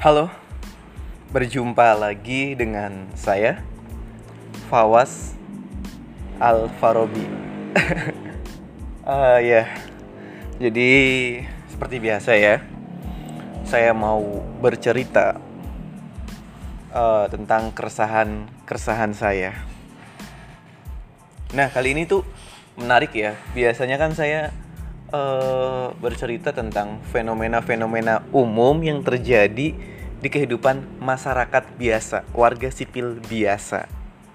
Halo, berjumpa lagi dengan saya, Fawaz Al-Farobi. Ya, jadi seperti biasa ya, saya mau bercerita tentang keresahan saya. Nah, kali ini tuh menarik ya. Biasanya kan saya bercerita tentang fenomena-fenomena umum yang terjadi di kehidupan masyarakat biasa, warga sipil biasa.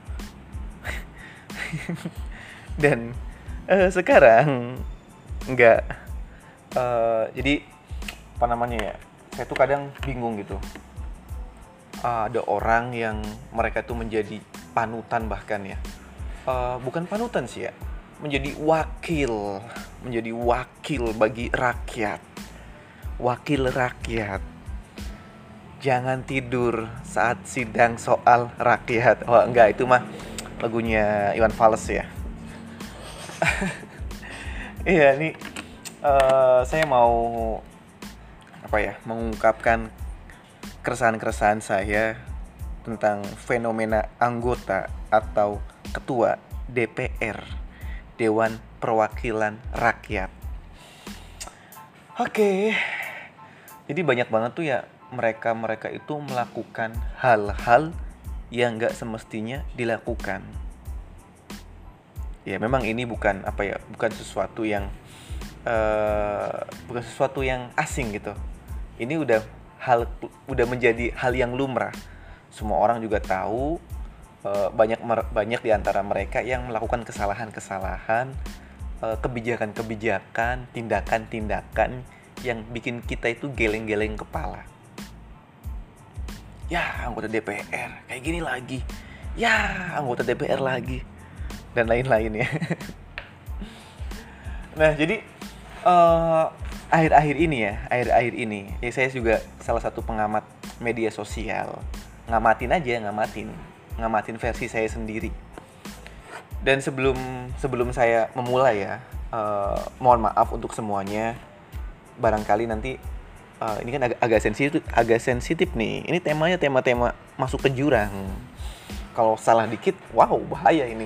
Dan sekarang enggak. Jadi apa namanya ya? Saya tuh kadang bingung gitu. Ada orang yang mereka tuh menjadi panutan bahkan ya. Bukan panutan sih ya. Menjadi wakil bagi rakyat. Wakil rakyat. Jangan tidur saat sidang soal rakyat. Oh enggak, itu mah lagunya Iwan Fals ya. Iya, ini saya mau mengungkapkan keresahan-keresahan saya tentang fenomena anggota atau ketua DPR, Dewan Perwakilan Rakyat. Oke. Jadi banyak banget tuh ya mereka itu melakukan hal-hal yang nggak semestinya dilakukan. Ya memang ini bukan bukan sesuatu yang asing gitu. Ini udah menjadi hal yang lumrah. Semua orang juga tahu, banyak di antara mereka yang melakukan kesalahan-kesalahan, kebijakan-kebijakan, tindakan-tindakan yang bikin kita itu geleng-geleng kepala. Ya, anggota DPR kayak gini lagi. Ya, anggota DPR lagi. Dan lain-lain ya. Nah, jadi akhir-akhir ini ya saya juga salah satu pengamat media sosial. Ngamatin versi saya sendiri. Dan sebelum saya memulai ya, mohon maaf untuk semuanya. Barangkali nanti ini kan agak sensitif nih. Ini temanya tema masuk ke jurang. Kalau salah dikit, wow, bahaya ini.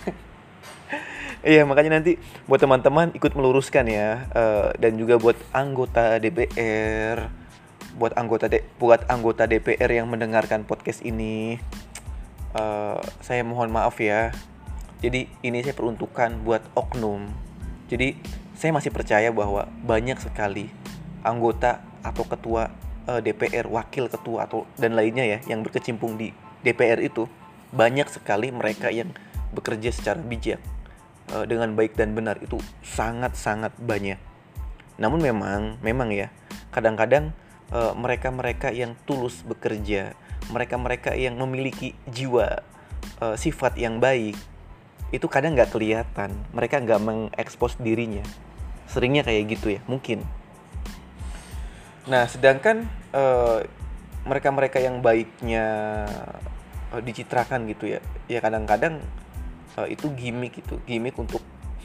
Iya, makanya nanti buat teman-teman ikut meluruskan ya, dan juga buat anggota DPR, buat anggota DPR yang mendengarkan podcast ini, saya mohon maaf ya. Jadi ini saya peruntukkan buat oknum. Jadi saya masih percaya bahwa banyak sekali anggota atau ketua DPR, wakil ketua dan lainnya ya yang berkecimpung di DPR itu, banyak sekali mereka yang bekerja secara bijak, dengan baik dan benar, itu sangat-sangat banyak. Namun memang ya kadang-kadang mereka yang tulus bekerja, mereka yang memiliki jiwa sifat yang baik, itu kadang nggak kelihatan. Mereka nggak mengekspos dirinya. Seringnya kayak gitu ya, mungkin. Nah, sedangkan mereka yang baiknya dicitrakan gitu ya. Ya kadang-kadang itu gimmick untuk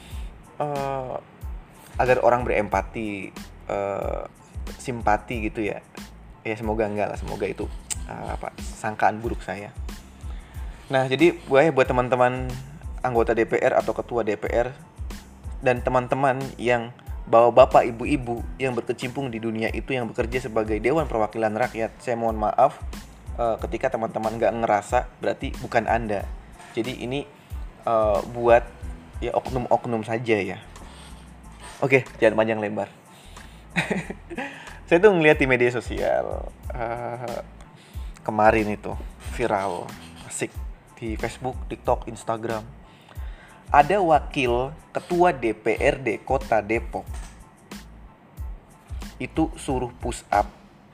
agar orang berempati, simpati gitu ya. Ya semoga enggak lah, semoga itu sangkaan buruk saya. Nah, jadi buat teman-teman anggota DPR atau ketua DPR dan teman-teman yang bapak ibu-ibu yang berkecimpung di dunia itu, yang bekerja sebagai Dewan Perwakilan Rakyat, saya mohon maaf ketika teman-teman nggak ngerasa, berarti bukan Anda. Jadi ini buat ya oknum-oknum saja ya. Oke, jangan panjang lebar. Saya tuh ngeliat di media sosial kemarin itu viral, asik, di Facebook, TikTok, Instagram. Ada wakil ketua DPRD Kota Depok itu suruh push up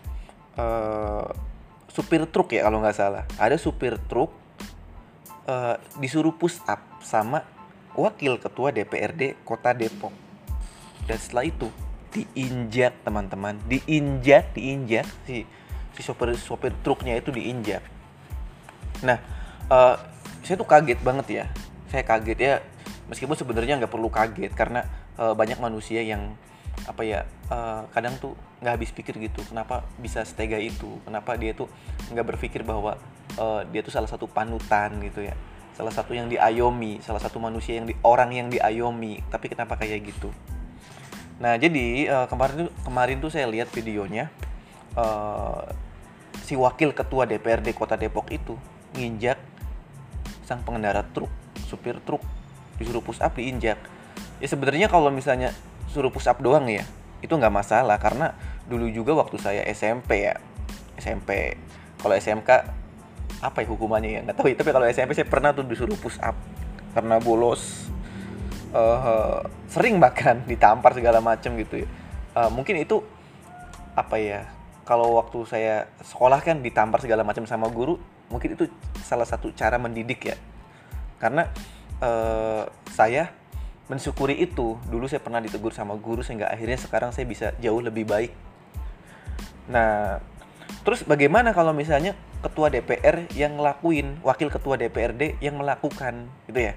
supir truk ya kalau nggak salah. Ada supir truk disuruh push up sama wakil ketua DPRD Kota Depok. Dan setelah itu diinjak, teman-teman, diinjak si sopir truknya itu diinjak. Nah, saya tuh kaget banget ya. Saya kaget ya, meskipun sebenarnya nggak perlu kaget karena banyak manusia yang apa ya, kadang tuh nggak habis pikir gitu, kenapa bisa setega itu, kenapa dia tuh nggak berpikir bahwa dia tuh salah satu panutan gitu ya, salah satu yang diayomi, salah satu manusia orang yang diayomi, tapi kenapa kayak gitu. Nah jadi kemarin tuh saya lihat videonya, eh, si wakil ketua DPRD Kota Depok itu nginjak sang pengendara truk, supir truk, disuruh push up diinjak. Ya sebenarnya kalau misalnya suruh push up doang ya, itu nggak masalah karena dulu juga waktu saya SMP ya, SMP. Kalau SMK apa ya hukumannya ya nggak tahu ya, tapi kalau SMP saya pernah tuh disuruh push up karena bolos, sering bahkan ditampar segala macam gitu ya. Mungkin itu apa ya, kalau waktu saya sekolah kan ditampar segala macam sama guru, mungkin itu salah satu cara mendidik ya, karena saya mensyukuri itu. Dulu saya pernah ditegur sama guru sehingga akhirnya sekarang saya bisa jauh lebih baik. Nah, terus bagaimana kalau misalnya ketua DPR yang ngelakuin, wakil ketua DPRD yang melakukan gitu ya.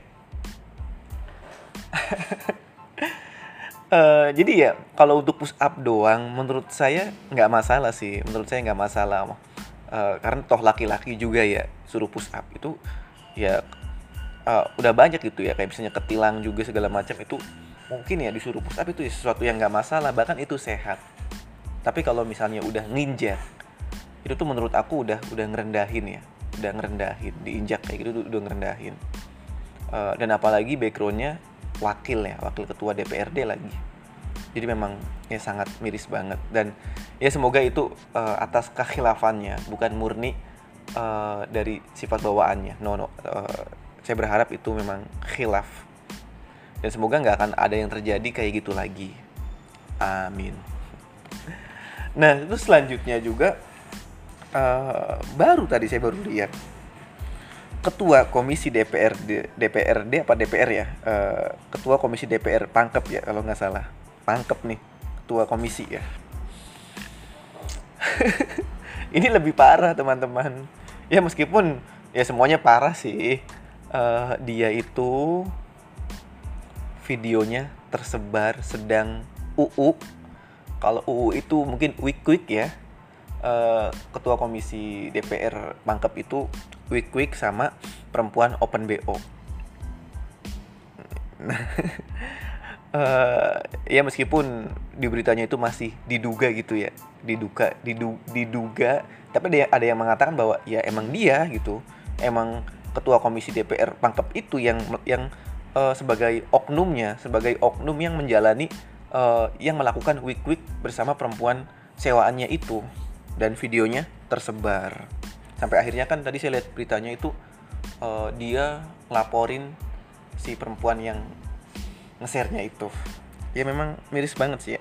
Jadi ya kalau untuk push up doang menurut saya nggak masalah sih, menurut saya nggak masalah. Karena toh laki-laki juga ya suruh push up itu ya, udah banyak gitu ya, kayak misalnya ketilang juga segala macam itu mungkin ya disuruh push up itu ya sesuatu yang nggak masalah, bahkan itu sehat. Tapi kalau misalnya udah nginjak, itu tuh menurut aku udah ngerendahin ya, udah ngerendahin, diinjak kayak gitu udah ngerendahin. Dan apalagi backgroundnya wakil ketua DPRD lagi, jadi memang ya sangat miris banget. Dan ya semoga itu atas kekhilafannya, bukan murni dari sifat bawaannya. Saya berharap itu memang khilaf, dan semoga nggak akan ada yang terjadi kayak gitu lagi, amin. Nah itu selanjutnya juga, saya baru lihat ketua komisi DPRD apa DPR ya, ketua komisi DPR Pangkep ya kalau nggak salah, Pangkep nih ketua komisi ya. Ini lebih parah teman-teman ya, meskipun ya semuanya parah sih. Dia itu videonya tersebar sedang kalau itu mungkin week ya. Ketua komisi DPR Pangkep itu week sama perempuan open BO. Ya meskipun di beritanya itu masih diduga gitu ya, diduga, tapi ada yang mengatakan bahwa ya emang dia gitu, emang ketua komisi DPR Pangkep itu yang sebagai oknum yang menjalani, yang melakukan week bersama perempuan sewaannya itu, dan videonya tersebar. Sampai akhirnya kan tadi saya lihat beritanya itu, dia ngelaporin si perempuan yang nge-share-nya itu. Ya memang miris banget sih ya.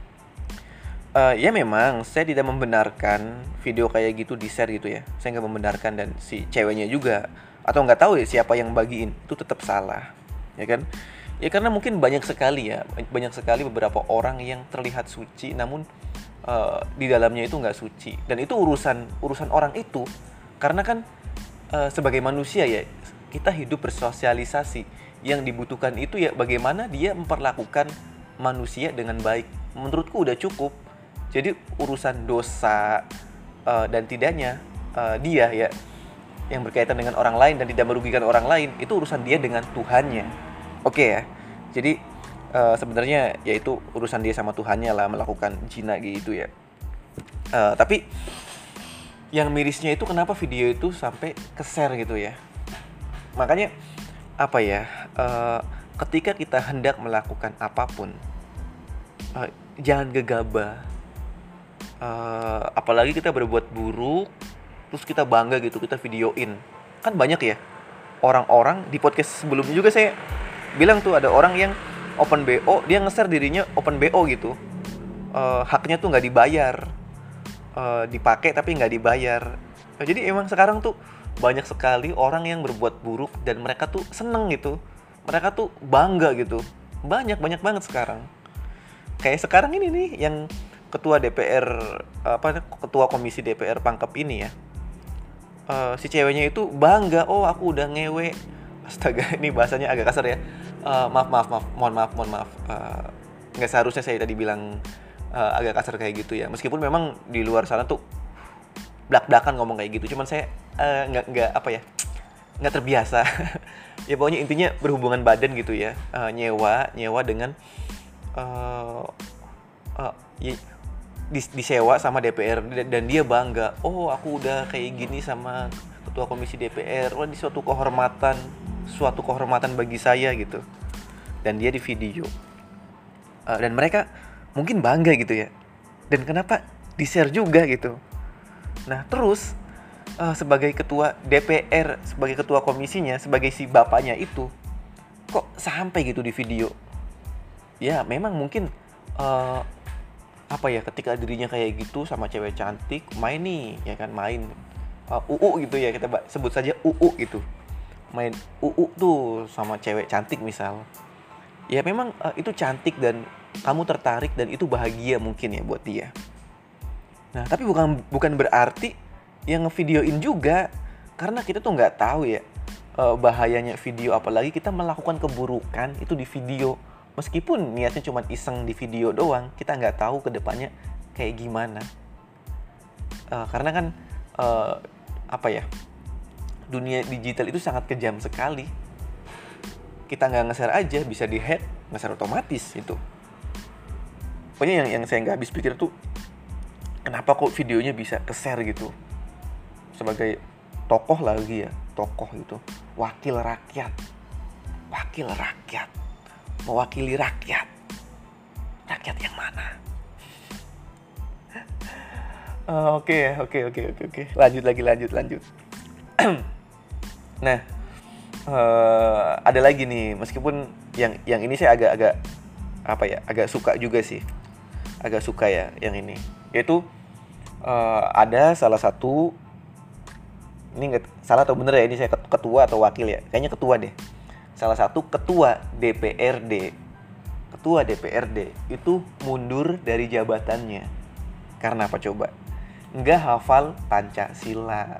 Ya memang saya tidak membenarkan video kayak gitu di-share gitu ya. Saya nggak membenarkan, dan si ceweknya juga, atau nggak tahu ya siapa yang bagiin, itu tetap salah, ya kan? Ya karena mungkin banyak sekali beberapa orang yang terlihat suci, namun di dalamnya itu nggak suci, dan itu urusan orang itu. Karena kan sebagai manusia ya, kita hidup bersosialisasi, yang dibutuhkan itu ya bagaimana dia memperlakukan manusia dengan baik. Menurutku udah cukup. Jadi urusan dosa dan tidaknya dia ya yang berkaitan dengan orang lain dan tidak merugikan orang lain, itu urusan dia dengan Tuhannya. Oke ya. Jadi sebenarnya yaitu urusan dia sama Tuhannya lah melakukan zina gitu ya. Tapi yang mirisnya itu kenapa video itu sampai ke-share gitu ya. Makanya apa ya, ketika kita hendak melakukan apapun, jangan gegabah. Apalagi kita berbuat buruk terus kita bangga gitu, kita videoin. Kan banyak ya orang-orang, di podcast sebelumnya juga saya bilang tuh ada orang yang open BO, dia nge-share dirinya open BO gitu. Haknya tuh nggak dibayar, dipakai tapi nggak dibayar. Jadi emang sekarang tuh banyak sekali orang yang berbuat buruk dan mereka tuh seneng gitu, mereka tuh bangga gitu. Banyak banget sekarang. Kayak sekarang ini nih yang ketua DPR, ketua komisi DPR Pangkep ini ya, si ceweknya itu bangga, oh aku udah ngewe. Astaga, ini bahasanya agak kasar ya. Mohon maaf. nggak seharusnya saya tadi bilang agak kasar kayak gitu ya. Meskipun memang di luar sana tuh blak-blakan ngomong kayak gitu, cuman saya nggak apa ya, nggak terbiasa. Ya pokoknya intinya berhubungan badan gitu ya, nyewa dengan disewa sama DPR, dan dia bangga, oh aku udah kayak gini sama ketua komisi DPR, wah ini suatu kehormatan bagi saya gitu. Dan dia di video, dan mereka mungkin bangga gitu ya, dan kenapa di share juga gitu. Nah terus sebagai ketua DPR, sebagai ketua komisinya, sebagai si bapaknya itu, kok sampai gitu di video. Ya memang mungkin apa ya, ketika dirinya kayak gitu sama cewek cantik, main nih ya kan, main UU gitu ya, kita sebut saja UU gitu, main UU tuh sama cewek cantik misal. Ya memang itu cantik dan kamu tertarik dan itu bahagia mungkin ya buat dia. Nah tapi bukan berarti yang ngevideoin juga, karena kita tuh nggak tahu ya bahayanya video, apalagi kita melakukan keburukan itu di video. Meskipun niatnya cuma iseng di video doang, kita nggak tahu ke depannya kayak gimana. Karena kan apa ya, dunia digital itu sangat kejam sekali. Kita nggak nge-share aja bisa di-hack, nge-share otomatis itu. Pokoknya yang saya nggak habis pikir tuh, kenapa kok videonya bisa ke-share gitu. Sebagai tokoh lagi ya, tokoh itu, wakil rakyat, mewakili rakyat yang mana? Oke. Lanjut. Nah, ada lagi nih, meskipun yang ini saya agak apa ya, agak suka juga sih, agak suka ya yang ini, yaitu ada salah satu, ini nggak salah atau bener ya, ini saya ketua atau wakil ya, kayaknya ketua deh. Salah satu ketua DPRD itu mundur dari jabatannya. Karena apa coba? Nggak hafal Pancasila.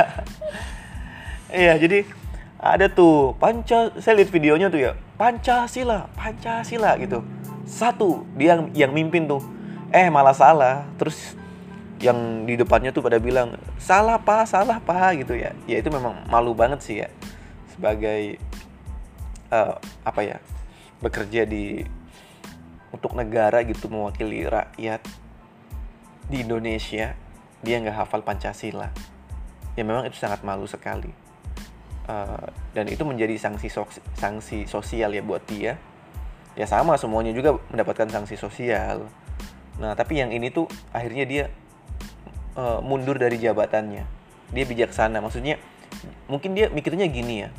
Iya, jadi ada tuh saya lihat videonya tuh ya, Pancasila gitu. Satu, dia yang mimpin tuh, malah salah. Terus yang di depannya tuh pada bilang, salah pak gitu ya. Ya itu memang malu banget sih ya, sebagai apa ya, bekerja untuk negara gitu, mewakili rakyat di Indonesia, dia nggak hafal Pancasila. Ya memang itu sangat malu sekali, dan itu menjadi sanksi sosial ya buat dia. Ya sama, semuanya juga mendapatkan sanksi sosial. Nah tapi yang ini tuh akhirnya dia mundur dari jabatannya. Dia bijaksana, maksudnya mungkin dia mikirnya gini ya,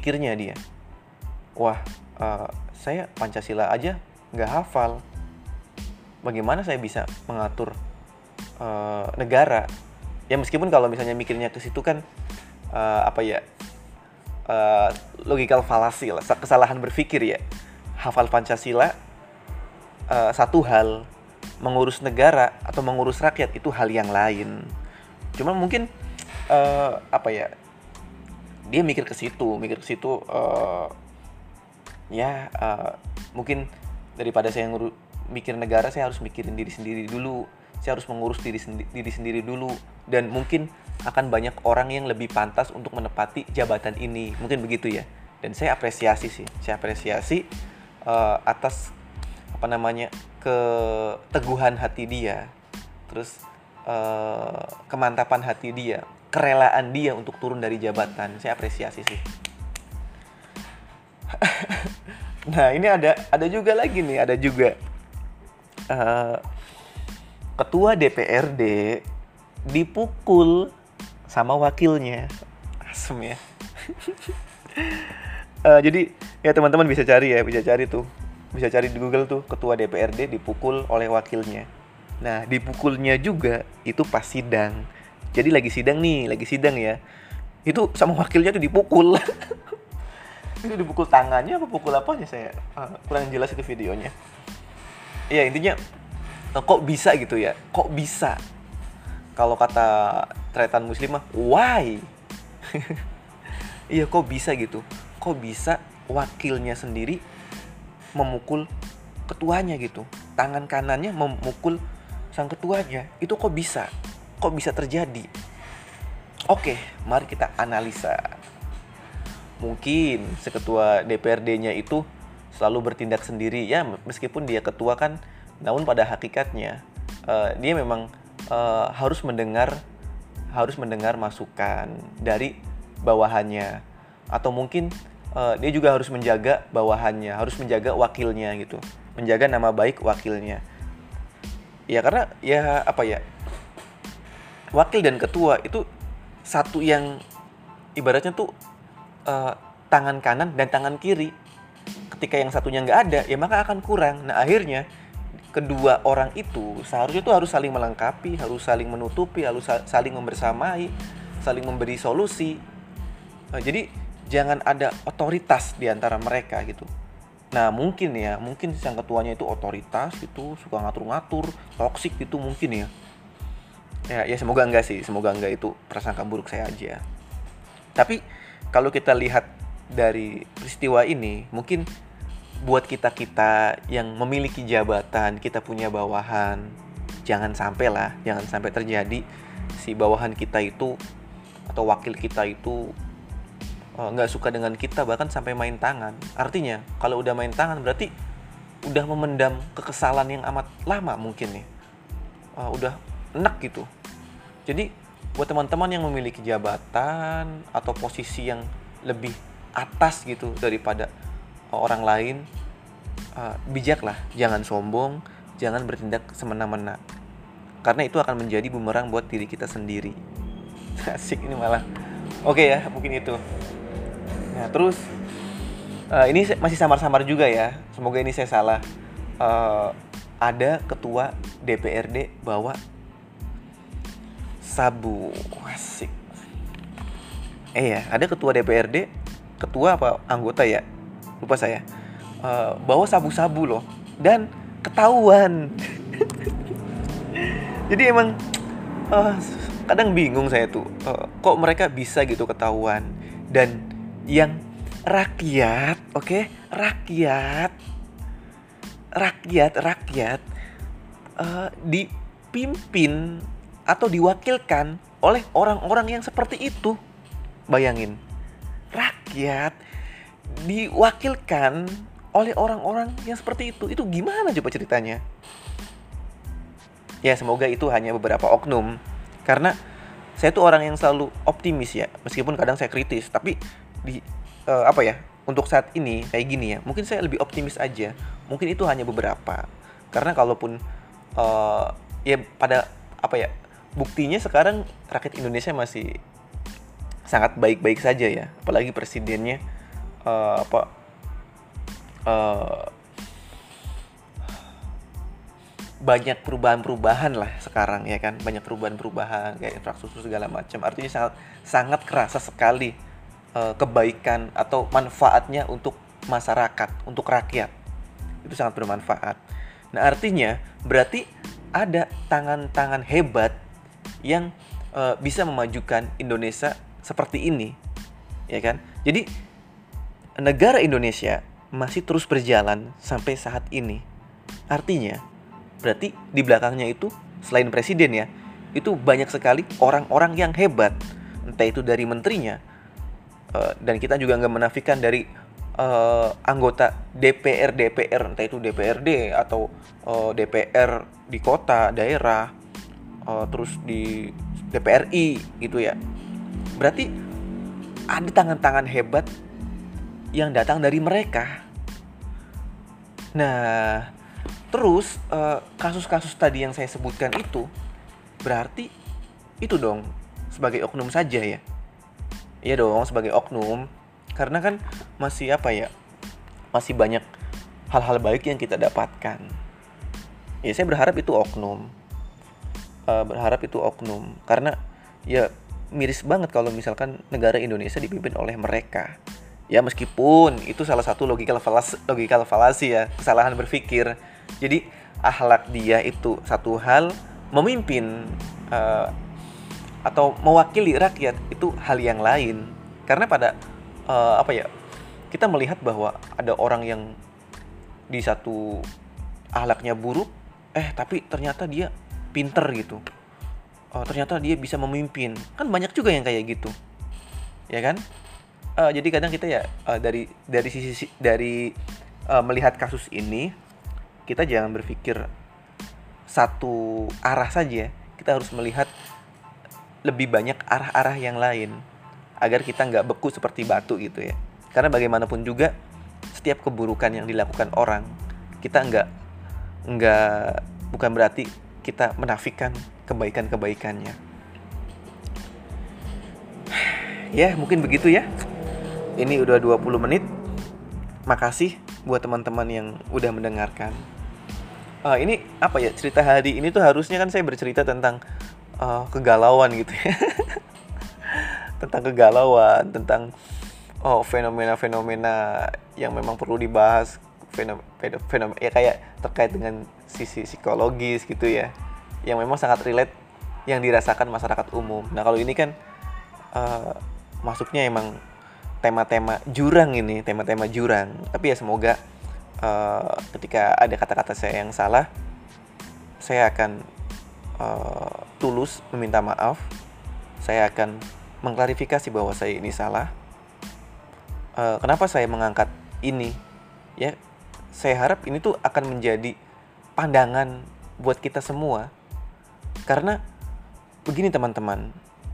wah, saya Pancasila aja nggak hafal, bagaimana saya bisa mengatur negara? Ya meskipun kalau misalnya mikirnya ke situ kan apa ya, logical fallacy lah, kesalahan berpikir ya. Hafal Pancasila satu hal, mengurus negara atau mengurus rakyat itu hal yang lain. Cuma mungkin apa ya, dia mikir ke situ mungkin daripada saya mikir negara, saya harus mikirin diri sendiri dulu. Saya harus mengurus diri sendiri dulu. Dan mungkin akan banyak orang yang lebih pantas untuk menepati jabatan ini. Mungkin begitu ya. Dan saya apresiasi atas apa namanya, keteguhan hati dia. Terus kemantapan hati dia, kerelaan dia untuk turun dari jabatan. Saya apresiasi sih. Nah ini ada juga lagi nih, ketua DPRD dipukul sama wakilnya. Asem ya. Jadi ya teman-teman bisa cari di Google tuh, ketua DPRD dipukul oleh wakilnya. Nah dipukulnya juga itu pas sidang. Jadi lagi sidang ya, itu sama wakilnya tuh dipukul. Itu dipukul tangannya apa pukul apanya, saya kurang jelas itu videonya. Ya intinya kok bisa gitu ya, kok bisa, kalau kata tretan muslim mah why. Iya, kok bisa gitu, kok bisa wakilnya sendiri memukul ketuanya gitu. Tangan kanannya memukul sang ketuanya. Itu kok bisa? Kok bisa terjadi? Oke, mari kita analisa. Mungkin seketua DPRD-nya itu selalu bertindak sendiri ya, meskipun dia ketua kan, namun pada hakikatnya dia memang harus mendengar masukan dari bawahannya, atau mungkin dia juga harus menjaga bawahannya, harus menjaga wakilnya gitu, menjaga nama baik wakilnya. Ya karena ya apa ya, wakil dan ketua itu satu yang ibaratnya tuh tangan kanan dan tangan kiri. Ketika yang satunya nggak ada, ya maka akan kurang. Nah akhirnya kedua orang itu seharusnya tuh harus saling melengkapi, harus saling menutupi, harus saling membersamai, saling memberi solusi. Jadi jangan ada otoritas di antara mereka gitu. Nah mungkin sang ketuanya itu otoritas gitu, suka ngatur-ngatur, toksik gitu mungkin ya. Ya semoga enggak sih, semoga enggak, itu prasangka buruk saya aja. Tapi kalau kita lihat dari peristiwa ini, mungkin buat kita-kita yang memiliki jabatan, kita punya bawahan, jangan sampai terjadi si bawahan kita itu atau wakil kita itu nggak suka dengan kita, bahkan sampai main tangan. Artinya kalau udah main tangan berarti udah memendam kekesalan yang amat lama mungkin nih, udah enak gitu. Jadi buat teman-teman yang memiliki jabatan atau posisi yang lebih atas gitu daripada orang lain, bijaklah, jangan sombong, jangan bertindak semena-mena, karena itu akan menjadi bumerang buat diri kita sendiri. Asik ini malah. Oke ya, mungkin itu. Nah terus ini masih samar-samar juga ya, semoga ini saya salah. Ada ketua DPRD bawa sabu. Asik. Ya, ada ketua DPRD, ketua apa anggota ya, lupa saya, bawa sabu-sabu loh, dan ketahuan. Jadi emang kadang bingung saya tuh, kok mereka bisa gitu ketahuan. Dan yang rakyat, rakyat dipimpin atau diwakilkan oleh orang-orang yang seperti itu. Bayangin, rakyat diwakilkan oleh orang-orang yang seperti itu gimana coba ceritanya? Ya semoga itu hanya beberapa oknum, karena saya tuh orang yang selalu optimis ya, meskipun kadang saya kritis, tapi untuk saat ini kayak gini ya, mungkin saya lebih optimis aja. Mungkin itu hanya beberapa, karena kalaupun buktinya sekarang rakyat Indonesia masih sangat baik-baik saja ya, apalagi presidennya banyak perubahan-perubahan lah sekarang ya kan, banyak perubahan-perubahan kayak infrastruktur segala macam. Artinya sangat kerasa sekali kebaikan atau manfaatnya untuk masyarakat, untuk rakyat. Itu sangat bermanfaat. Nah artinya berarti ada tangan-tangan hebat yang bisa memajukan Indonesia seperti ini, ya kan? Jadi negara Indonesia masih terus berjalan sampai saat ini. Artinya berarti di belakangnya itu selain presiden ya, itu banyak sekali orang-orang yang hebat, entah itu dari menterinya, dan kita juga nggak menafikan dari anggota DPR, entah itu DPRD atau DPR di kota, daerah, terus di DPRI gitu ya. Berarti ada tangan-tangan hebat yang datang dari mereka. Nah, terus kasus-kasus tadi yang saya sebutkan itu berarti itu dong sebagai oknum saja ya. Iya dong, sebagai oknum. Karena kan masih masih banyak hal-hal baik yang kita dapatkan. Ya saya berharap itu oknum. Karena ya miris banget kalau misalkan negara Indonesia dipimpin oleh mereka. Ya meskipun itu salah satu logical fallacy ya, kesalahan berpikir. Jadi akhlak dia itu satu hal, memimpin atau mewakili rakyat itu hal yang lain. Karena pada kita melihat bahwa ada orang yang di satu akhlaknya buruk, tapi ternyata dia pinter gitu. Ternyata dia bisa memimpin. Kan banyak juga yang kayak gitu, ya kan? Jadi kadang kita ya dari sisi melihat kasus ini, kita jangan berpikir satu arah saja. Kita harus melihat lebih banyak arah-arah yang lain agar kita nggak beku seperti batu gitu ya. Karena bagaimanapun juga setiap keburukan yang dilakukan orang, kita bukan berarti kita menafikan kebaikan-kebaikannya. Ya, mungkin begitu ya. Ini udah 20 menit. Makasih buat teman-teman yang udah mendengarkan. Ini apa ya, cerita hari ini tuh harusnya kan saya bercerita tentang kegalauan gitu ya. Tentang kegalauan, tentang fenomena-fenomena yang memang perlu dibahas, fenomena ya kayak terkait dengan sisi psikologis gitu ya, yang memang sangat relate yang dirasakan masyarakat umum. Nah kalau ini kan masuknya emang tema-tema jurang ini, tema-tema jurang. Tapi ya semoga ketika ada kata-kata saya yang salah, saya akan tulus meminta maaf. Saya akan mengklarifikasi bahwa saya ini salah. Kenapa saya mengangkat ini? Ya, saya harap ini tuh akan menjadi pandangan buat kita semua. Karena begini teman-teman,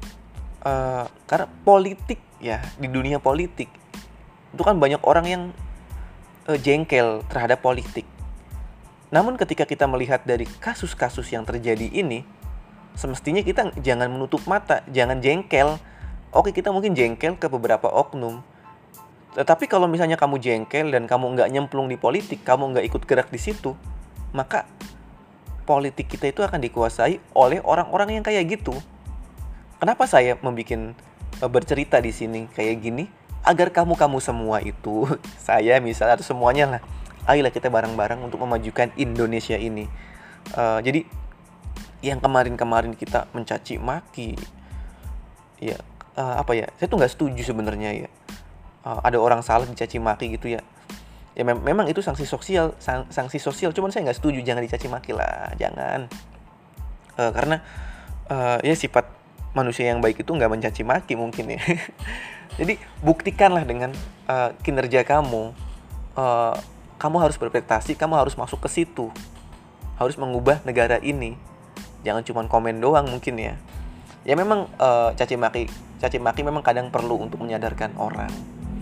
karena politik ya, di dunia politik itu kan banyak orang yang jengkel terhadap politik. Namun ketika kita melihat dari kasus-kasus yang terjadi ini, semestinya kita jangan menutup mata, jangan jengkel. Oke, kita mungkin jengkel ke beberapa oknum, tetapi kalau misalnya kamu jengkel dan kamu nggak nyemplung di politik, kamu nggak ikut gerak di situ, maka politik kita itu akan dikuasai oleh orang-orang yang kayak gitu. Kenapa saya bercerita di sini kayak gini? Agar kamu semua itu, saya misalnya atau semuanya lah, ayolah kita bareng-bareng untuk memajukan Indonesia ini. Jadi yang kemarin-kemarin kita mencaci maki, ya saya tuh nggak setuju sebenarnya ya. Ada orang salah dicaci maki gitu ya. Ya memang itu sanksi sosial, cuman saya nggak setuju, jangan dicaci maki lah, jangan. Karena ya sifat manusia yang baik itu nggak mencaci maki mungkin ya. Jadi buktikanlah dengan kinerja kamu. Kamu harus berprestasi, kamu harus masuk ke situ, harus mengubah negara ini. Jangan cuma komen doang mungkin ya. Ya memang caci maki memang kadang perlu untuk menyadarkan orang.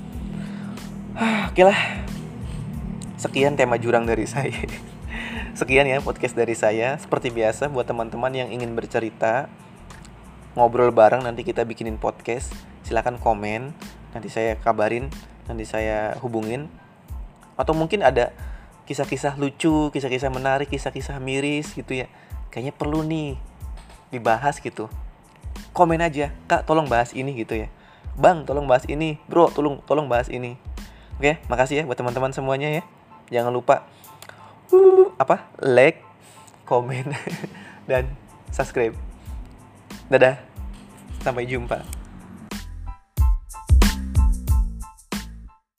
Oke lah. Sekian tema jurang dari saya. Sekian ya podcast dari saya. Seperti biasa buat teman-teman yang ingin bercerita, ngobrol bareng, nanti kita bikinin podcast, silakan komen, nanti saya kabarin, nanti saya hubungin. Atau mungkin ada kisah-kisah lucu, kisah-kisah menarik, kisah-kisah miris gitu ya, kayaknya perlu nih dibahas gitu. Komen aja, Kak tolong bahas ini gitu ya, Bang tolong bahas ini, Bro tolong bahas ini. Oke, makasih ya buat teman-teman semuanya ya. Jangan lupa like, komen dan subscribe. Dadah, sampai jumpa.